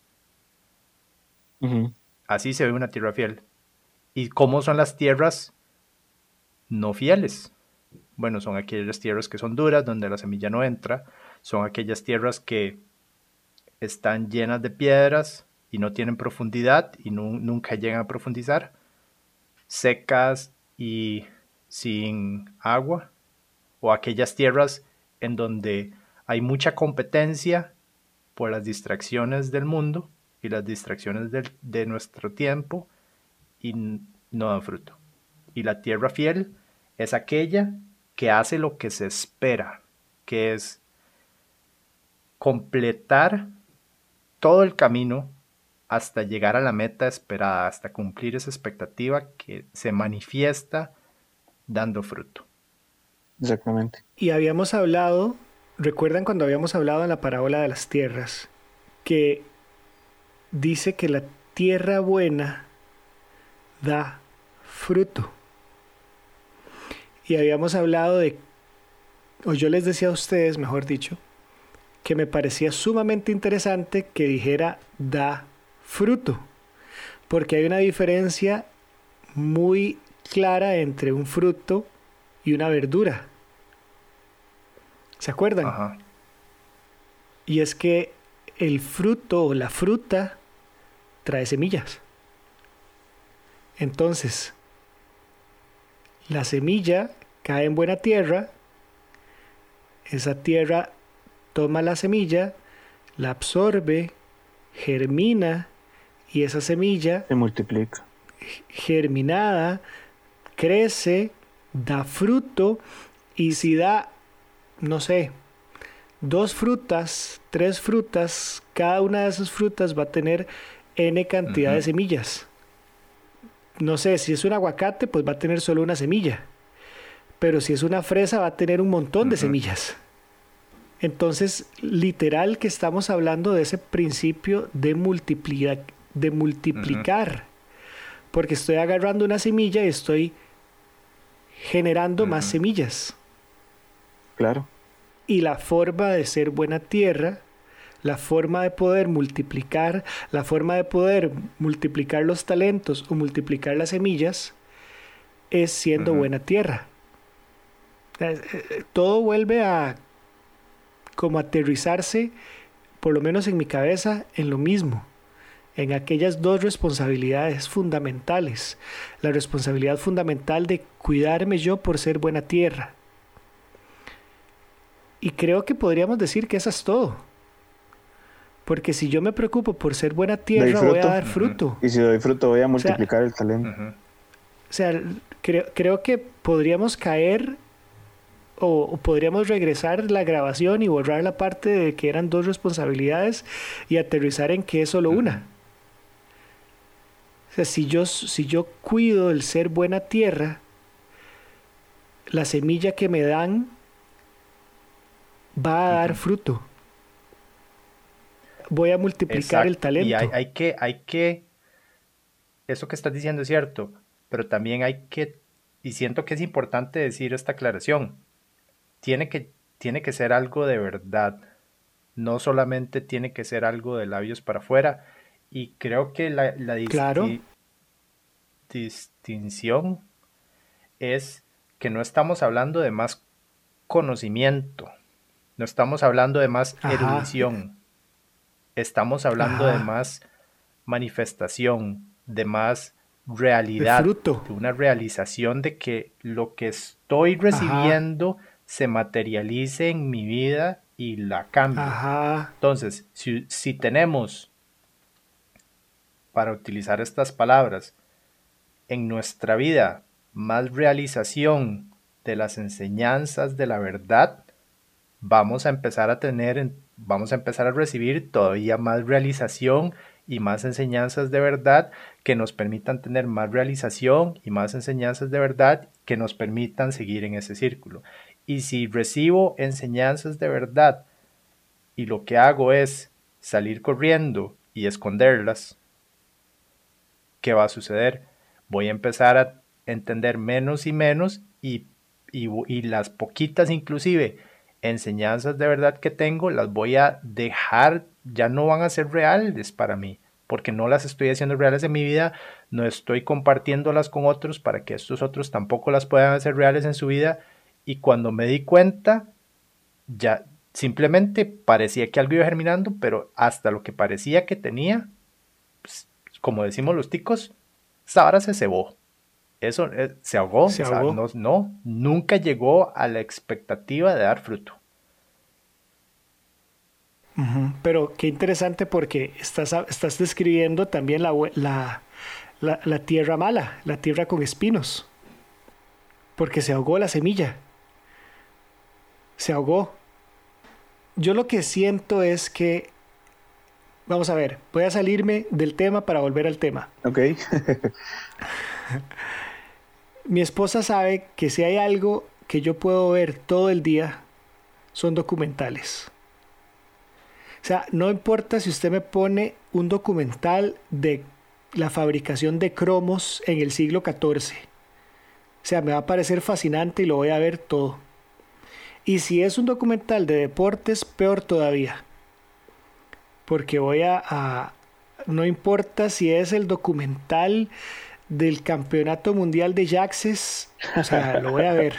Uh-huh. Así se ve una tierra fiel. ¿Y cómo son las tierras no fieles? Bueno, son aquellas tierras que son duras, donde la semilla no entra. Son aquellas tierras que están llenas de piedras y no tienen profundidad y no, nunca llegan a profundizar. Secas y sin agua. O aquellas tierras en donde hay mucha competencia por las distracciones del mundo y las distracciones de, de nuestro tiempo y no dan fruto. Y la tierra fiel es aquella que hace lo que se espera, que es completar todo el camino hasta llegar a la meta esperada, hasta cumplir esa expectativa que se manifiesta dando fruto. Exactamente. Y habíamos hablado, recuerdan cuando habíamos hablado en la parábola de las tierras, que dice que la tierra buena da fruto. Y habíamos hablado de, o yo les decía a ustedes, mejor dicho, que me parecía sumamente interesante que dijera da fruto, porque hay una diferencia muy clara entre un fruto y una verdura. ¿Se acuerdan? Ajá. Y es que el fruto o la fruta trae semillas. Entonces, la semilla cae en buena tierra, esa tierra toma la semilla, la absorbe, germina y esa semilla se multiplica. Germinada, crece, da fruto y si da, no sé, dos frutas, tres frutas, cada una de esas frutas va a tener N cantidad uh-huh. de semillas. No sé, si es un aguacate, pues va a tener solo una semilla. Pero si es una fresa, va a tener un montón uh-huh. de semillas. Entonces, literal que estamos hablando de ese principio de, multiplica, de multiplicar. Uh-huh. Porque estoy agarrando una semilla y estoy generando uh-huh. más semillas. Claro. Y la forma de ser buena tierra, la forma de poder multiplicar, la forma de poder multiplicar los talentos o multiplicar las semillas, es siendo uh-huh. buena tierra. Todo vuelve a como aterrizarse, por lo menos en mi cabeza, en lo mismo, en aquellas dos responsabilidades fundamentales. La responsabilidad fundamental de cuidarme yo por ser buena tierra. Y creo que podríamos decir que eso es todo. Porque si yo me preocupo por ser buena tierra, voy a dar fruto. Uh-huh. Y si doy fruto, voy a multiplicar o sea, el talento. Uh-huh. O sea, creo, creo que podríamos caer o, o podríamos regresar la grabación y borrar la parte de que eran dos responsabilidades y aterrizar en que es solo uh-huh. una. O sea, si yo, si yo cuido el ser buena tierra, la semilla que me dan va a dar uh-huh. fruto. Voy a multiplicar Exacto. el talento. Y hay, hay, que, hay que, eso que estás diciendo es cierto, pero también hay que y siento que es importante decir esta aclaración, tiene que, tiene que ser algo de verdad, no solamente tiene que ser algo de labios para afuera, y creo que la, la disti- Claro. distinción es que no estamos hablando de más conocimiento, no estamos hablando de más Ajá. erudición, estamos hablando de Ajá. más manifestación, de más De realidad, fruto. de una realización de que lo que estoy Ajá. recibiendo se materialice en mi vida y la cambie. Ajá. Entonces, si, si tenemos, para utilizar estas palabras, en nuestra vida más realización de las enseñanzas de la verdad, vamos a empezar a tener, vamos a empezar a recibir todavía más realización y más enseñanzas de verdad que nos permitan tener más realización y más enseñanzas de verdad que nos permitan seguir en ese círculo. Y si recibo enseñanzas de verdad y lo que hago es salir corriendo y esconderlas, ¿qué va a suceder? Voy a empezar a entender menos y menos y, y, y las poquitas inclusive enseñanzas de verdad que tengo las voy a dejar, ya no van a ser reales para mí, porque no las estoy haciendo reales en mi vida, no estoy compartiéndolas con otros para que estos otros tampoco las puedan hacer reales en su vida, y cuando me di cuenta, ya simplemente parecía que algo iba germinando, pero hasta lo que parecía que tenía, pues, como decimos los ticos, esa vara se cebó. Eso eh, se ahogó, Se o sea, ahogó. no, no, nunca llegó a la expectativa de dar fruto. Ujú. Pero qué interesante porque estás, a- estás describiendo también la, bue- la, la, la tierra mala, la tierra con espinos, porque se ahogó la semilla, se ahogó. Yo lo que siento es que, vamos a ver, voy a salirme del tema para volver al tema. Ok. Mi esposa sabe que si hay algo que yo puedo ver todo el día, son documentales. O sea, no importa si usted me pone un documental de la fabricación de cromos en el siglo catorce. O sea, me va a parecer fascinante y lo voy a ver todo. Y si es un documental de deportes, peor todavía. Porque voy a, a- no importa si es el documental del Campeonato Mundial de Jaxes, o sea, lo voy a ver.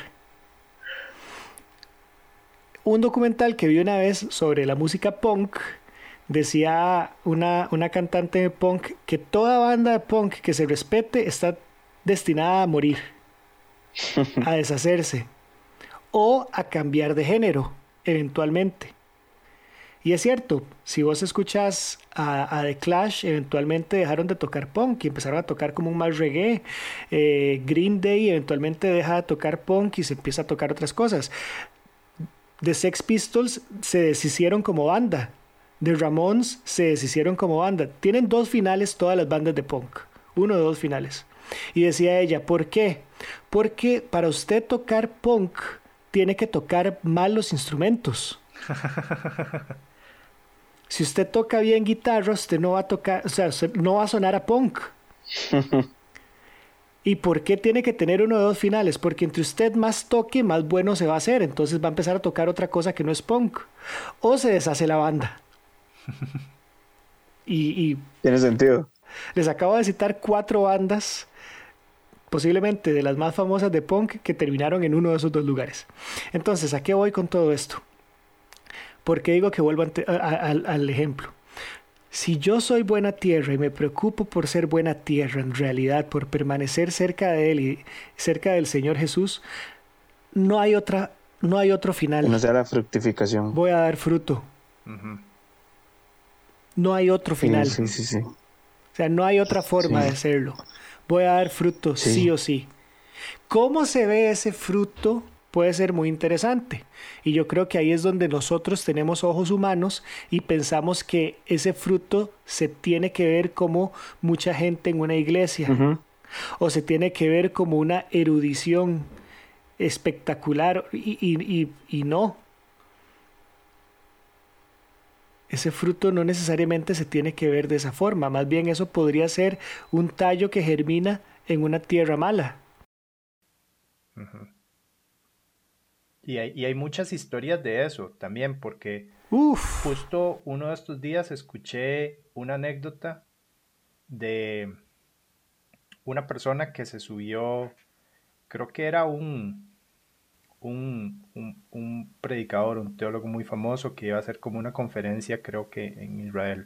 Un documental que vi una vez sobre la música punk, decía una, una cantante de punk que toda banda de punk que se respete está destinada a morir, a deshacerse o a cambiar de género, eventualmente. Y es cierto, si vos escuchas a, a The Clash, eventualmente dejaron de tocar punk y empezaron a tocar como un más reggae. Eh, Green Day eventualmente deja de tocar punk y se empieza a tocar otras cosas. The Sex Pistols se deshicieron como banda. The Ramones se deshicieron como banda. Tienen dos finales todas las bandas de punk. Uno de dos finales. Y decía ella, ¿por qué? Porque para usted tocar punk tiene que tocar mal los instrumentos. Si usted toca bien guitarra, usted no va a tocar, o sea, usted no va a sonar a punk. ¿Y por qué tiene que tener uno de dos finales? Porque entre usted más toque, más bueno se va a hacer. Entonces va a empezar a tocar otra cosa que no es punk. O se deshace la banda. Y, y Tiene sentido. les acabo de citar cuatro bandas, posiblemente de las más famosas de punk, que terminaron en uno de esos dos lugares. Entonces, ¿a qué voy con todo esto? ¿Por qué digo que vuelvo ante, a, a, al, al ejemplo? Si yo soy buena tierra y me preocupo por ser buena tierra, en realidad, por permanecer cerca de Él y cerca del Señor Jesús, no hay otra, no hay otro final. Que no sea la fructificación. Voy a dar fruto. Uh-huh. No hay otro final. Sí, sí, sí, sí. O sea, no hay otra forma Sí. de hacerlo. Voy a dar fruto, sí. sí o sí. ¿Cómo se ve ese fruto? Puede ser muy interesante. Y yo creo que ahí es donde nosotros tenemos ojos humanos y pensamos que ese fruto se tiene que ver como mucha gente en una iglesia. Ujú. O se tiene que ver como una erudición espectacular. Y, y, y, y no. Ese fruto no necesariamente se tiene que ver de esa forma. Más bien eso podría ser un tallo que germina en una tierra mala. Uh-huh. Y hay, y hay muchas historias de eso también, porque Uf. justo uno de estos días escuché una anécdota de una persona que se subió, creo que era un, un, un, un predicador, un teólogo muy famoso que iba a hacer como una conferencia, creo que en Israel,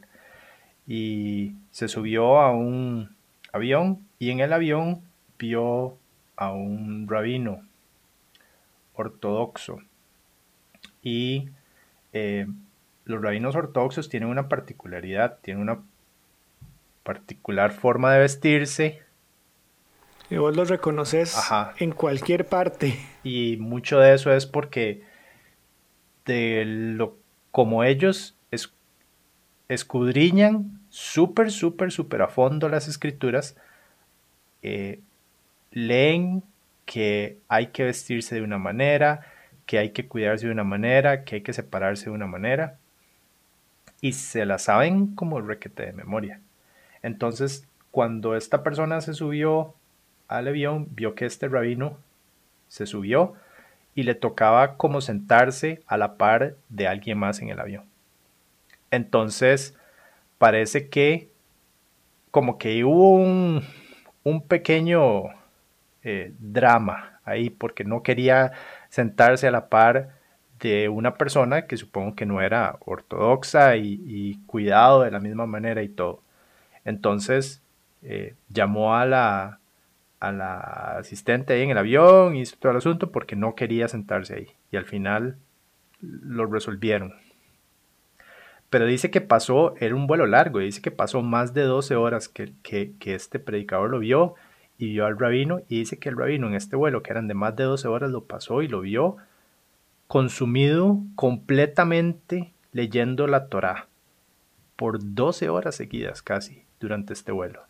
y se subió a un avión y en el avión vio a un rabino ortodoxo. Y eh, los rabinos ortodoxos tienen una particularidad, tienen una particular forma de vestirse. Y vos lo reconoces Ajá. en cualquier parte. Y mucho de eso es porque de lo como ellos es, escudriñan súper, súper, súper a fondo las escrituras, eh, leen que hay que vestirse de una manera, que hay que cuidarse de una manera, que hay que separarse de una manera, y se la saben como requete de memoria. Entonces, cuando esta persona se subió al avión, vio que este rabino se subió y le tocaba como sentarse a la par de alguien más en el avión. Entonces, parece que como que hubo un, un pequeño eh, drama ahí, porque no quería sentarse a la par de una persona que supongo que no era ortodoxa y, y cuidado de la misma manera y todo. Entonces eh, llamó a la, a la asistente ahí en el avión y hizo todo el asunto porque no quería sentarse ahí. Y al final lo resolvieron. Pero dice que pasó, era un vuelo largo, dice que pasó más de doce horas que, que, que este predicador lo vio y vio al rabino, y dice que el rabino en este vuelo, que eran de más de doce horas, lo pasó y lo vio consumido completamente leyendo la Torá por doce horas seguidas casi durante este vuelo.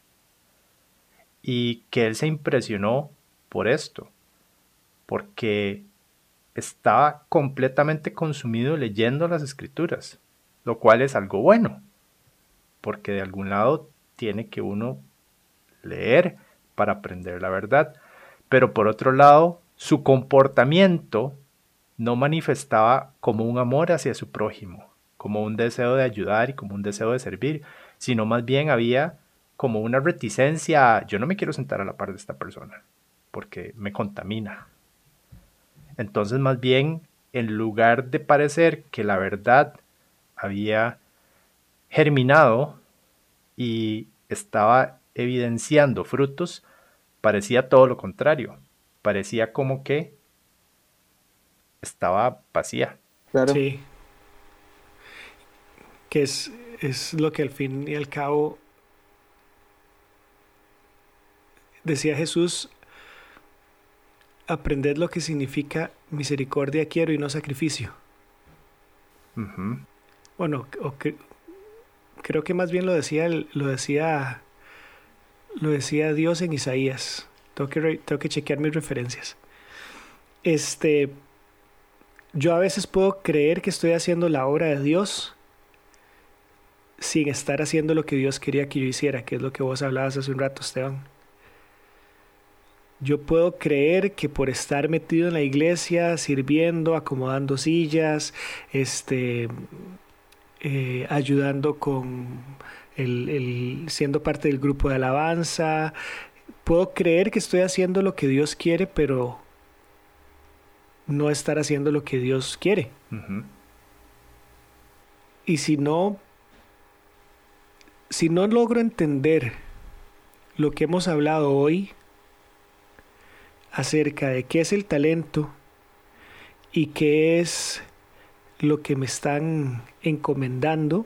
Y que él se impresionó por esto, porque estaba completamente consumido leyendo las escrituras, lo cual es algo bueno, porque de algún lado tiene que uno leer para aprender la verdad. Pero por otro lado, su comportamiento no manifestaba como un amor hacia su prójimo, como un deseo de ayudar y como un deseo de servir, sino más bien había como una reticencia, yo no me quiero sentar a la par de esta persona, porque me contamina. Entonces, más bien, en lugar de parecer que la verdad había germinado y estaba evidenciando frutos, parecía todo lo contrario. Parecía como que estaba vacía. Claro. Sí. Que es, es lo que al fin y al cabo decía Jesús: aprended lo que significa misericordia quiero y no sacrificio. Uh-huh. Bueno, o que, creo que más bien lo decía, lo decía, lo decía Dios en Isaías. Tengo que, tengo que chequear mis referencias. Este, yo a veces puedo creer que estoy haciendo la obra de Dios sin estar haciendo lo que Dios quería que yo hiciera, que es lo que vos hablabas hace un rato, Esteban. Yo puedo creer que por estar metido en la iglesia, sirviendo, acomodando sillas, este, eh, ayudando con el, el, siendo parte del grupo de alabanza, puedo creer que estoy haciendo lo que Dios quiere, pero no estar haciendo lo que Dios quiere. Uh-huh. Y si no, si no logro entender lo que hemos hablado hoy acerca de qué es el talento y qué es lo que me están encomendando,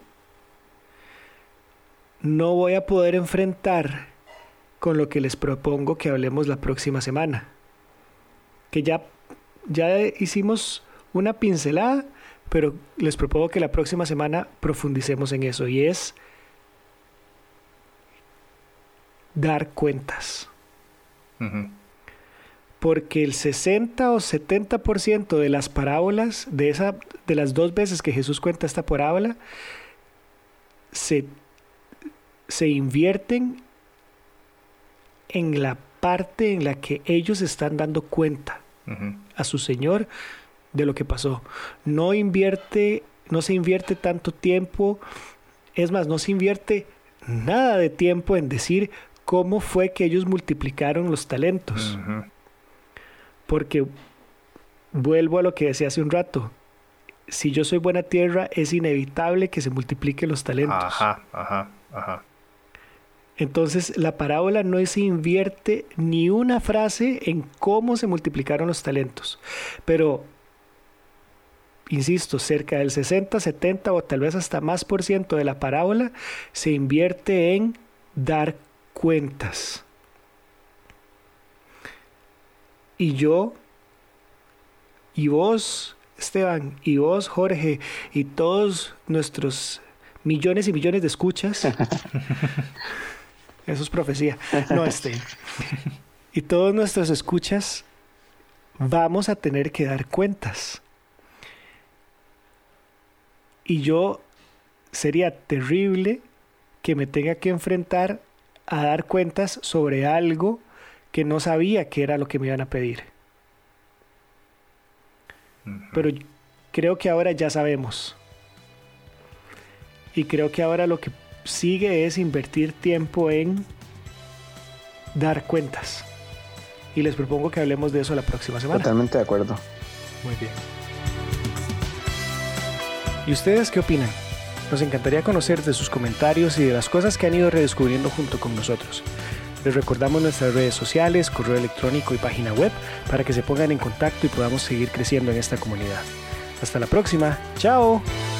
no voy a poder enfrentar con lo que les propongo que hablemos la próxima semana. Que ya, ya hicimos una pincelada, pero les propongo que la próxima semana profundicemos en eso, y es dar cuentas. Uh-huh. Porque el sesenta o setenta por ciento de las parábolas, de, esa, de las dos veces que Jesús cuenta esta parábola, se, se invierten en la parte en la que ellos están dando cuenta uh-huh. a su Señor de lo que pasó. No invierte, no se invierte tanto tiempo, es más, no se invierte nada de tiempo en decir cómo fue que ellos multiplicaron los talentos. Uh-huh. Porque vuelvo a lo que decía hace un rato. Si yo soy buena tierra, es inevitable que se multipliquen los talentos. Ajá, ajá, ajá. Entonces, la parábola no se invierte ni una frase en cómo se multiplicaron los talentos. Pero, insisto, cerca del sesenta, setenta o tal vez hasta más por ciento de la parábola se invierte en dar cuentas. Y yo, y vos, Esteban, y vos, Jorge, y todos nuestros millones y millones de escuchas. Eso es profecía. No, este. Y todos nuestros escuchas vamos a tener que dar cuentas. Y yo sería terrible que me tenga que enfrentar a dar cuentas sobre algo que no sabía que era lo que me iban a pedir. Pero creo que ahora ya sabemos. Y creo que ahora lo que sigue es invertir tiempo en dar cuentas. Y les propongo que hablemos de eso la próxima semana. Totalmente de acuerdo. Muy bien. ¿Y ustedes qué opinan? Nos encantaría conocer de sus comentarios y de las cosas que han ido redescubriendo junto con nosotros. Les recordamos nuestras redes sociales, correo electrónico y página web para que se pongan en contacto y podamos seguir creciendo en esta comunidad. Hasta la próxima. ¡Chao!